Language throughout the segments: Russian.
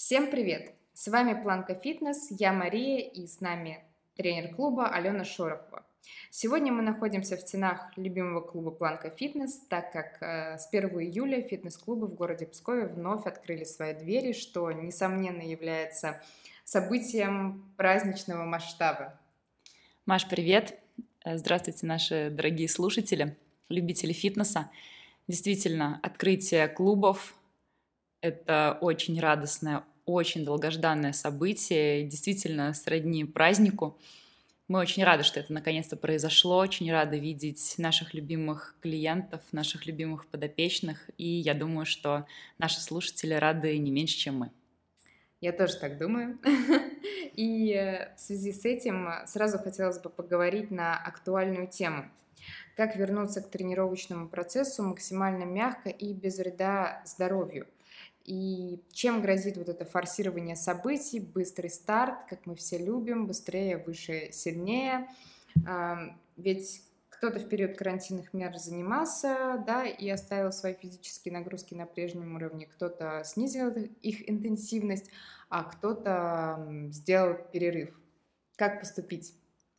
Всем привет! С вами Планка Фитнес, я Мария и с нами тренер клуба Алена Шорохова. Сегодня мы находимся в стенах любимого клуба Планка Фитнес, так как с 1 июля фитнес-клубы в городе Пскове вновь открыли свои двери, что, несомненно, является событием праздничного масштаба. Маш, привет! Здравствуйте, наши дорогие слушатели, любители фитнеса. Действительно, открытие клубов– это очень радостное, очень долгожданное событие, действительно сродни празднику. Мы очень рады, что это наконец-то произошло, очень рады видеть наших любимых клиентов, наших любимых подопечных, и я думаю, что наши слушатели рады не меньше, чем мы. Я тоже так думаю. И в связи с этим сразу хотелось бы поговорить на актуальную тему. Как вернуться к тренировочному процессу максимально мягко и без вреда здоровью? И чем грозит вот это форсирование событий, быстрый старт, как мы все любим, быстрее, выше, сильнее. Ведь кто-то в период карантинных мер занимался, да, и оставил свои физические нагрузки на прежнем уровне, кто-то снизил их интенсивность, а кто-то сделал перерыв. Как поступить?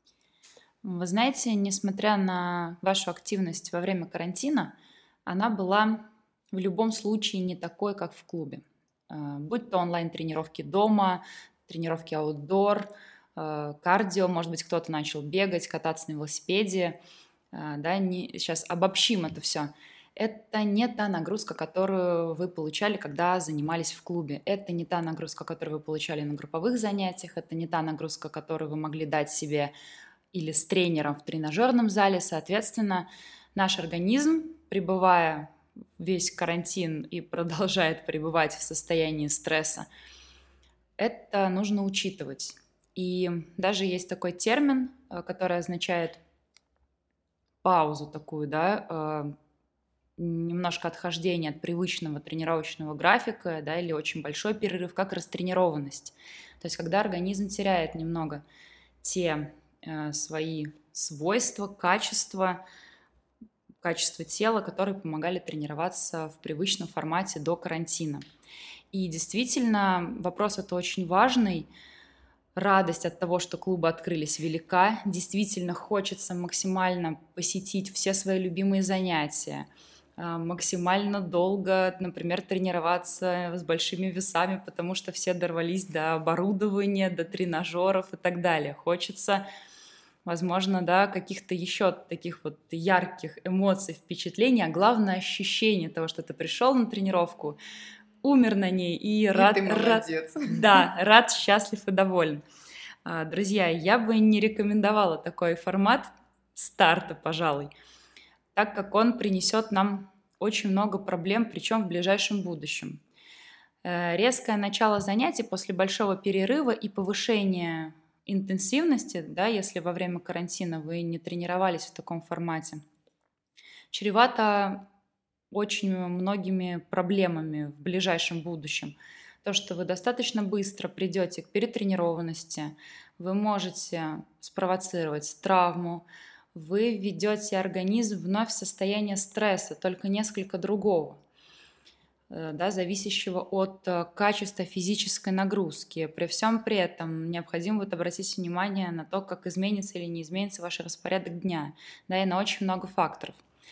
Вы знаете, несмотря на вашу активность во время карантина, она была в любом случае не такой, как в клубе. Будь то онлайн-тренировки дома, тренировки аутдор, кардио, может быть, кто-то начал бегать, кататься на велосипеде. Да, сейчас обобщим это все. Это не та нагрузка, которую вы получали, когда занимались в клубе. Это не та нагрузка, которую вы получали на групповых занятиях. Это не та нагрузка, которую вы могли дать себе или с тренером в тренажерном зале. Соответственно, наш организм, пребывая весь карантин и продолжает пребывать в состоянии стресса, это нужно учитывать. И даже есть такой термин, который означает паузу такую, да, немножко отхождение от привычного тренировочного графика, да, или очень большой перерыв, как растренированность. То есть когда организм теряет немного те свои свойства, качество тела, которые помогали тренироваться в привычном формате до карантина. И действительно, вопрос это очень важный. Радость от того, что клубы открылись, велика. Действительно хочется максимально посетить все свои любимые занятия, максимально долго, например, тренироваться с большими весами, потому что все дорвались до оборудования, до тренажеров и так далее. Хочется, возможно, да, каких-то еще таких вот ярких эмоций, впечатлений, а главное ощущение того, что ты пришел на тренировку, умер на ней и И ты рад, молодец. да, рад, счастлив и доволен. Друзья, я бы не рекомендовала такой формат старта, пожалуй, так как он принесет нам очень много проблем, причем в ближайшем будущем. Резкое начало занятий после большого перерыва и повышение интенсивности, да, если во время карантина вы не тренировались в таком формате, чревато очень многими проблемами в ближайшем будущем. То, что вы достаточно быстро придете к перетренированности, вы можете спровоцировать травму, вы введете организм вновь в состояние стресса, только несколько другого, да, зависящего от качества физической нагрузки. При всем при этом необходимо будет обратить внимание на то, как изменится или не изменится ваш распорядок дня, да, и на очень много факторов.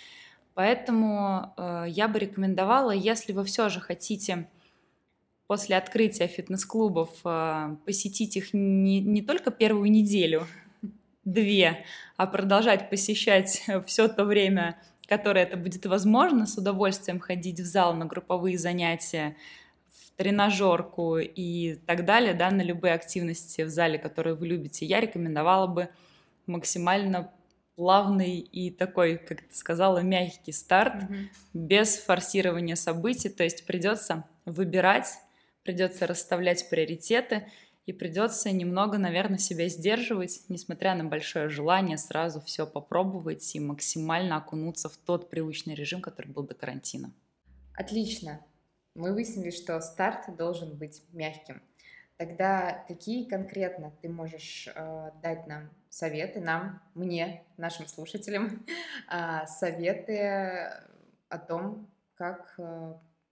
Поэтому я бы рекомендовала, если вы все же хотите после открытия фитнес-клубов посетить их не только первую неделю, две, а продолжать посещать все то время, которое это будет возможно, с удовольствием ходить в зал на групповые занятия, в тренажерку и так далее, да, на любые активности в зале, которые вы любите, я рекомендовала бы максимально плавный и такой, как ты сказала, мягкий старт, без форсирования событий. То есть придется выбирать, придется расставлять приоритеты и придется немного, наверное, себя сдерживать, несмотря на большое желание сразу все попробовать и максимально окунуться в тот привычный режим, который был до карантина. Отлично. Мы выяснили, что старт должен быть мягким. Тогда какие конкретно ты можешь дать нам советы, мне, нашим слушателям, 'советы о том, как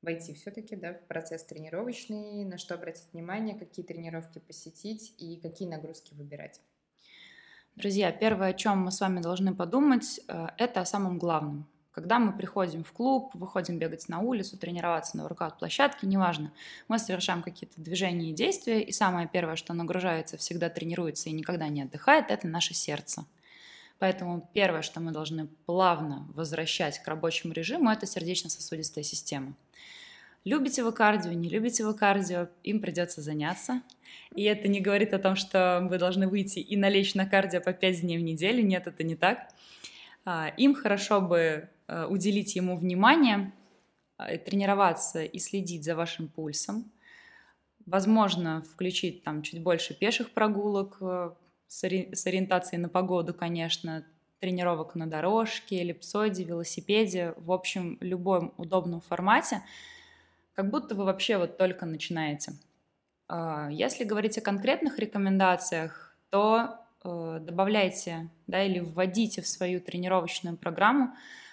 войти все-таки, да, в процесс тренировочный, на что обратить внимание, какие тренировки посетить и какие нагрузки выбирать? Друзья, первое, о чем мы с вами должны подумать, это о самом главном. Когда мы приходим в клуб, выходим бегать на улицу, тренироваться на воркаут-площадке, неважно, мы совершаем какие-то движения и действия, и самое первое, что нагружается, всегда тренируется и никогда не отдыхает, это наше сердце. Поэтому первое, что мы должны плавно возвращать к рабочему режиму, это сердечно-сосудистая система. Любите вы кардио, не любите вы кардио, им придется заняться. И это не говорит о том, что вы должны выйти и налечь на кардио по 5 дней в неделю. Нет, это не так. Им хорошо бы уделить ему внимание, тренироваться и следить за вашим пульсом. Возможно, включить там чуть больше пеших прогулок с ориентацией на погоду, конечно, тренировок на дорожке, эллипсоиде, велосипеде, в общем, любом удобном формате, как будто вы вообще вот только начинаете. Если говорить о конкретных рекомендациях, то добавляйте, да, или вводите в свою тренировочную программу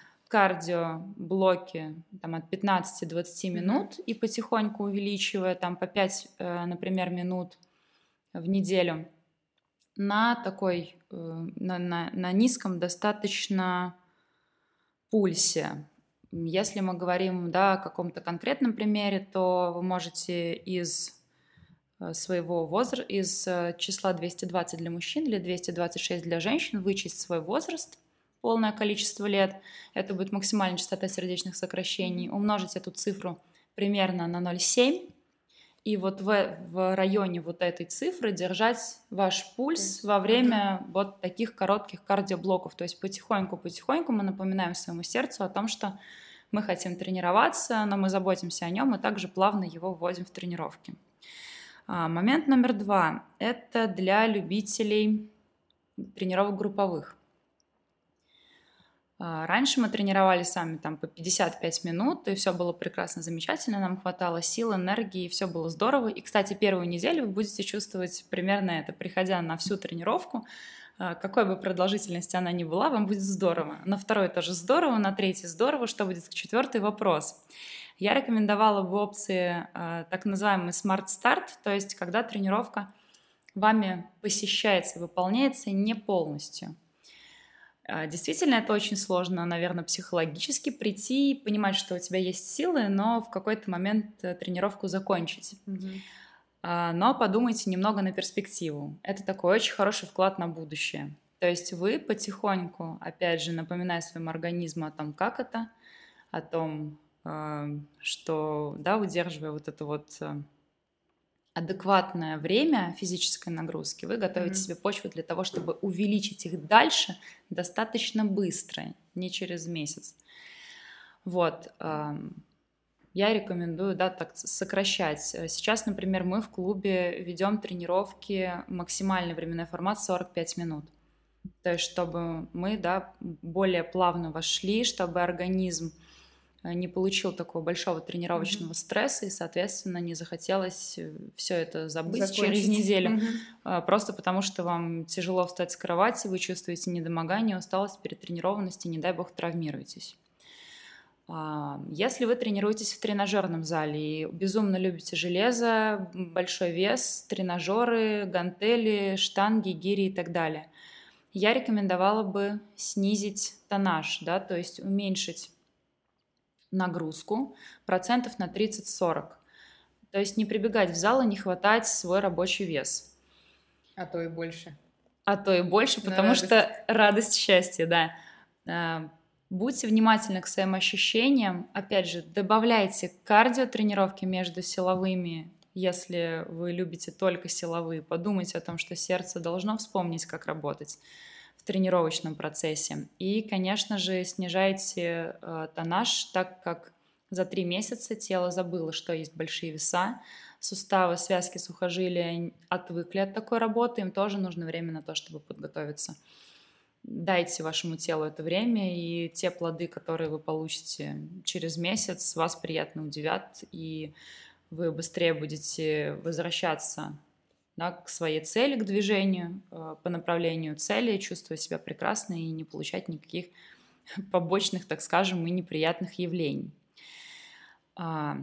кардио-блоки там, от 15-20 минут и потихоньку увеличивая там, по 5, например, минут в неделю на такой, на низком достаточно пульсе. Если мы говорим, да, о каком-то конкретном примере, то вы можете из своего возраста, из числа 220 для мужчин или 226 для женщин вычесть свой возраст, полное количество лет, это будет максимальная частота сердечных сокращений, умножить эту цифру примерно на 0,7, и вот в районе вот этой цифры держать ваш пульс во время вот таких коротких кардиоблоков. То есть потихоньку мы напоминаем своему сердцу о том, что мы хотим тренироваться, но мы заботимся о нем и также плавно его вводим в тренировки. Момент номер 2 – это для любителей тренировок групповых. Раньше мы тренировали сами там по 55 минут, и все было прекрасно, замечательно, нам хватало сил, энергии, все было здорово. И, кстати, первую неделю вы будете чувствовать примерно это, приходя на всю тренировку, какой бы продолжительности она ни была, вам будет здорово. На второй тоже здорово, на третий здорово, что будет четвертый вопрос. Я рекомендовала бы опции так называемый Smart Start, то есть когда тренировка вами посещается, выполняется не полностью. Действительно, это очень сложно, наверное, психологически прийти и понимать, что у тебя есть силы, но в какой-то момент тренировку закончить. Но подумайте немного на перспективу. Это такой очень хороший вклад на будущее. То есть вы потихоньку, опять же, напоминая своему организму о том, как это, о том, что, да, удерживая вот это вот адекватное время физической нагрузки, вы готовите себе почву для того, чтобы увеличить их дальше достаточно быстро, не через месяц. Вот. Я рекомендую, да, так сокращать. Сейчас, например, мы в клубе ведем тренировки, максимальный временной формат 45 минут. То есть, чтобы мы, да, более плавно вошли, чтобы организм не получил такого большого тренировочного стресса и, соответственно, не захотелось все это забыть через неделю, просто потому что вам тяжело встать с кровати, вы чувствуете недомогание, усталость, перетренированность и, не дай бог, травмируетесь. Если вы тренируетесь в тренажерном зале и безумно любите железо, большой вес, тренажеры, гантели, штанги, гири и так далее, я рекомендовала бы снизить тоннаж, да, то есть уменьшить нагрузку процентов на 30-40. То есть не прибегать в зал и не хватать свой рабочий вес. А то и больше. А то и больше, потому что радость, счастье, да. Будьте внимательны к своим ощущениям. Опять же, добавляйте кардиотренировки между силовыми, если вы любите только силовые. Подумайте о том, что сердце должно вспомнить, как работать в тренировочном процессе. И, конечно же, снижайте тоннаж, так как за 3 месяца тело забыло, что есть большие веса, суставы, связки, сухожилия отвыкли от такой работы, им тоже нужно время на то, чтобы подготовиться. Дайте вашему телу это время, и те плоды, которые вы получите через месяц, вас приятно удивят, и вы быстрее будете возвращаться, да, к своей цели, к движению, по направлению цели, чувствуя себя прекрасно и не получать никаких побочных, так скажем, и неприятных явлений. а,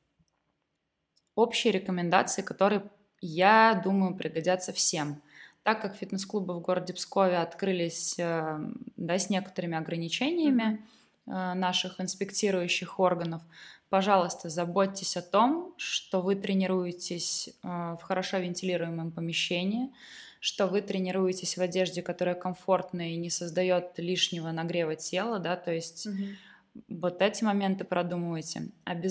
общие рекомендации, которые, я думаю, пригодятся всем. Так как фитнес-клубы в городе Пскове открылись, да, с некоторыми ограничениями наших инспектирующих органов, пожалуйста, заботьтесь о том, что вы тренируетесь в хорошо вентилируемом помещении, что вы тренируетесь в одежде, которая комфортная и не создает лишнего нагрева тела, да, то есть вот эти моменты продумывайте.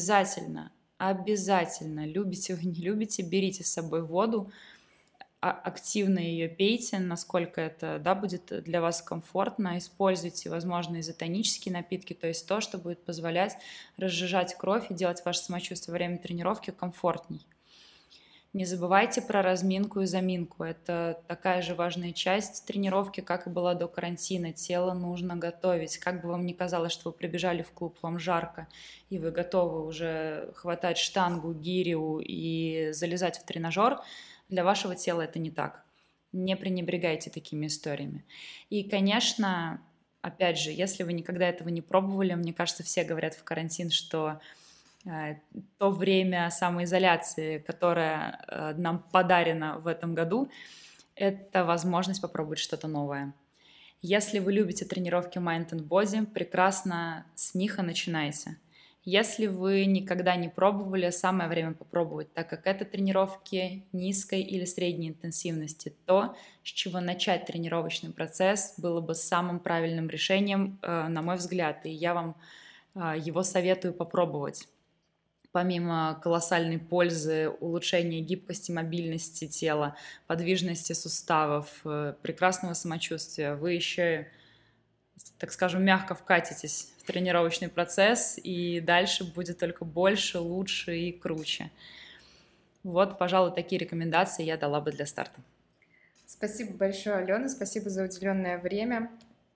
Обязательно, любите вы, не любите, берите с собой воду, активно ее пейте, насколько это, да, будет для вас комфортно. Используйте, возможно, изотонические напитки, то есть то, что будет позволять разжижать кровь и делать ваше самочувствие во время тренировки комфортней. Не забывайте про разминку и заминку. Это такая же важная часть тренировки, как и была до карантина. Тело нужно готовить. Как бы вам ни казалось, что вы прибежали в клуб, вам жарко, и вы готовы уже хватать штангу, гирю и залезать в тренажер, для вашего тела это не так. Не пренебрегайте такими историями. И, конечно, опять же, если вы никогда этого не пробовали, мне кажется, все говорят в карантин, что то время самоизоляции, которое нам подарено в этом году, это возможность попробовать что-то новое. Если вы любите тренировки Mind and Body, прекрасно с них и начинайте. Если вы никогда не пробовали, самое время попробовать, так как это тренировки низкой или средней интенсивности. То, с чего начать тренировочный процесс, было бы самым правильным решением, на мой взгляд, и я вам его советую попробовать. Помимо колоссальной пользы, улучшения гибкости, мобильности тела, подвижности суставов, прекрасного самочувствия, вы еще, так скажем, мягко вкатитесь в тренировочный процесс, и дальше будет только больше, лучше и круче. Вот, пожалуй, такие рекомендации я дала бы для старта. Спасибо большое, Алена, спасибо за уделенное время.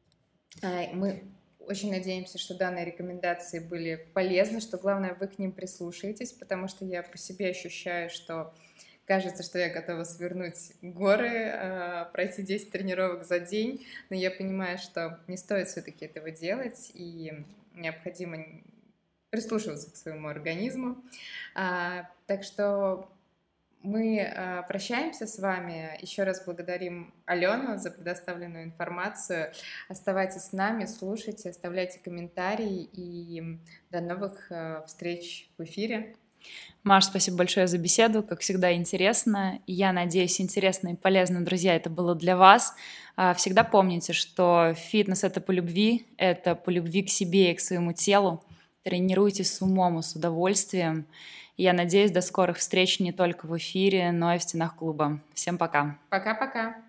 Мы очень надеемся, что данные рекомендации были полезны, что главное, вы к ним прислушаетесь, потому что я по себе ощущаю, что кажется, что я готова свернуть горы, пройти 10 тренировок за день, но я понимаю, что не стоит все-таки этого делать, и необходимо прислушиваться к своему организму. Так что мы прощаемся с вами. Еще раз благодарим Алену за предоставленную информацию. Оставайтесь с нами, слушайте, оставляйте комментарии, и до новых встреч в эфире. Маш, спасибо большое за беседу, как всегда интересно. Я надеюсь, интересно и полезно, друзья, это было для вас. Всегда помните, что фитнес — это по любви к себе и к своему телу. Тренируйтесь с умом и с удовольствием. Я надеюсь, до скорых встреч не только в эфире, но и в стенах клуба. Всем пока. Пока-пока.